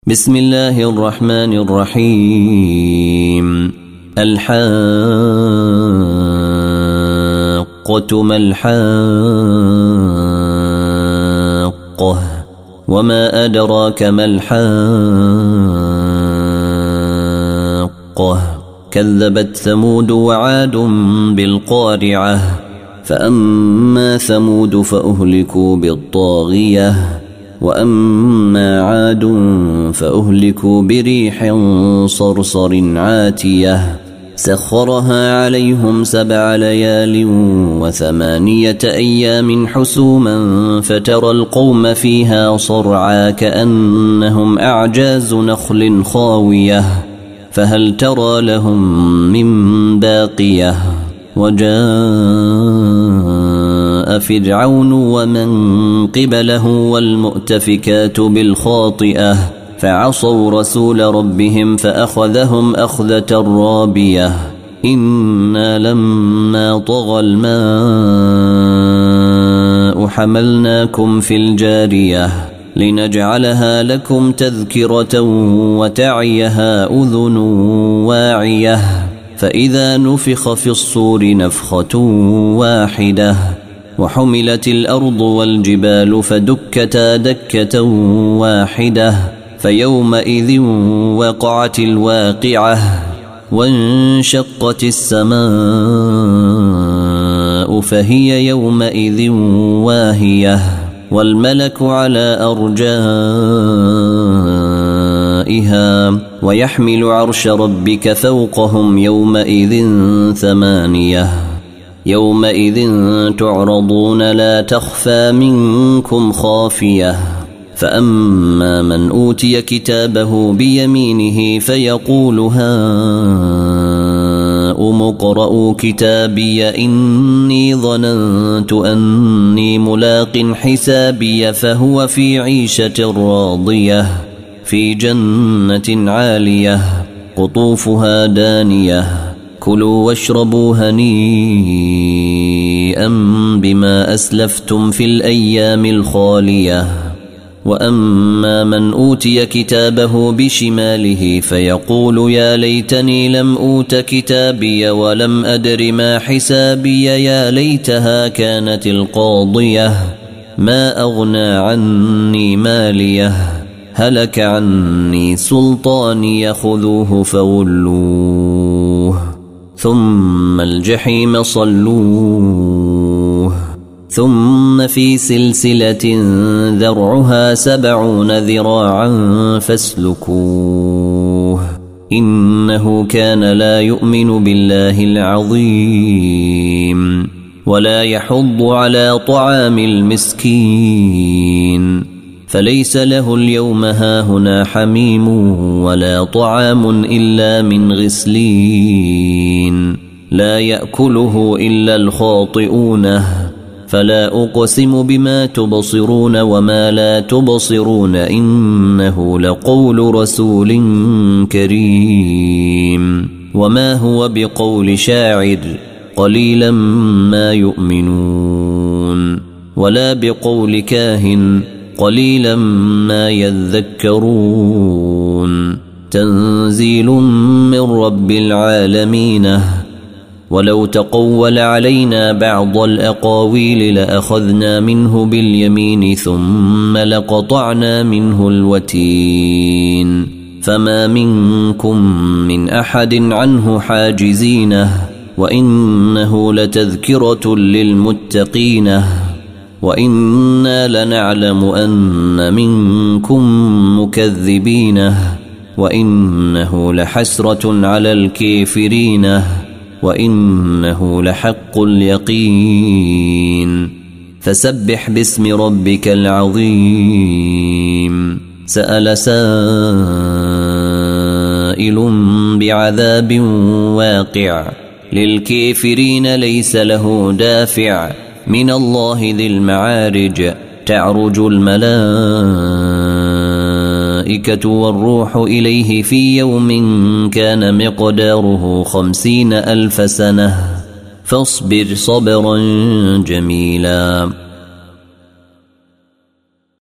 بسم الله الرحمن الرحيم. الحاقة ما الحاقة وما أدراك ما الحاقة كذبت ثمود وعاد بالقارعة فأما ثمود فأهلكوا بالطاغية وأما عاد فأهلكوا بريح صرصر عاتية سخرها عليهم 7 ليال و8 أيام حسوما فترى القوم فيها صرعا كأنهم أعجاز نخل خاوية فهل ترى لهم من باقية وجاء فرعون ومن قبله والمؤتفكات بالخاطئة فعصوا رسول ربهم فأخذهم أخذة رابية إنا لما طغى الماء حملناكم في الجارية لنجعلها لكم تذكرة وتعيها أذن واعية فإذا نفخ في الصور نفخة واحدة وحملت الأرض والجبال فدكتا دكة واحدة فيومئذ وقعت الواقعة وانشقت السماء فهي يومئذ واهية والملك على أرجائها ويحمل عرش ربك فوقهم يومئذ 8 يومئذ تعرضون لا تخفى منكم خافية فأما من أوتي كتابه بيمينه فيقول هاؤم اقرءوا كتابي إني ظننت أني ملاق حسابي فهو في عيشة راضية في جنة عالية قطوفها دانية كلوا واشربوا هنيئا بما أسلفتم في الأيام الخالية وأما من أوتي كتابه بشماله فيقول يا ليتني لم أوت كتابي ولم أدر ما حسابي يا ليتها كانت القاضية ما أغنى عني ماليه هلك عني سلطاني خذوه فغلوه ثم الجحيم صلوه ثم في سلسلة ذرعها 70 ذراعا فاسلكوه إنه كان لا يؤمن بالله العظيم ولا يحض على طعام المسكين فليس له اليوم هاهنا حميم ولا طعام إلا من غسلين لا يأكله إلا الخاطئون فلا أقسم بما تبصرون وما لا تبصرون إنه لقول رسول كريم وما هو بقول شاعر قليلا ما يؤمنون ولا بقول كاهن قليلا ما يذكرون تنزيل من رب العالمين ولو تقول علينا بعض الأقاويل لأخذنا منه باليمين ثم لقطعنا منه الوتين فما منكم من أحد عنه حاجزينه وإنه لتذكرة للمتقين وإنا لنعلم أن منكم مكذبين وإنه لحسرة على الكافرين وإنه لحق اليقين فسبح باسم ربك العظيم سأل سائل بعذاب واقع للكافرين ليس له دافع من الله ذي المعارج تعرج الملائكة والروح إليه في يوم كان مقداره 50,000 سنة فاصبر صبرا جميلا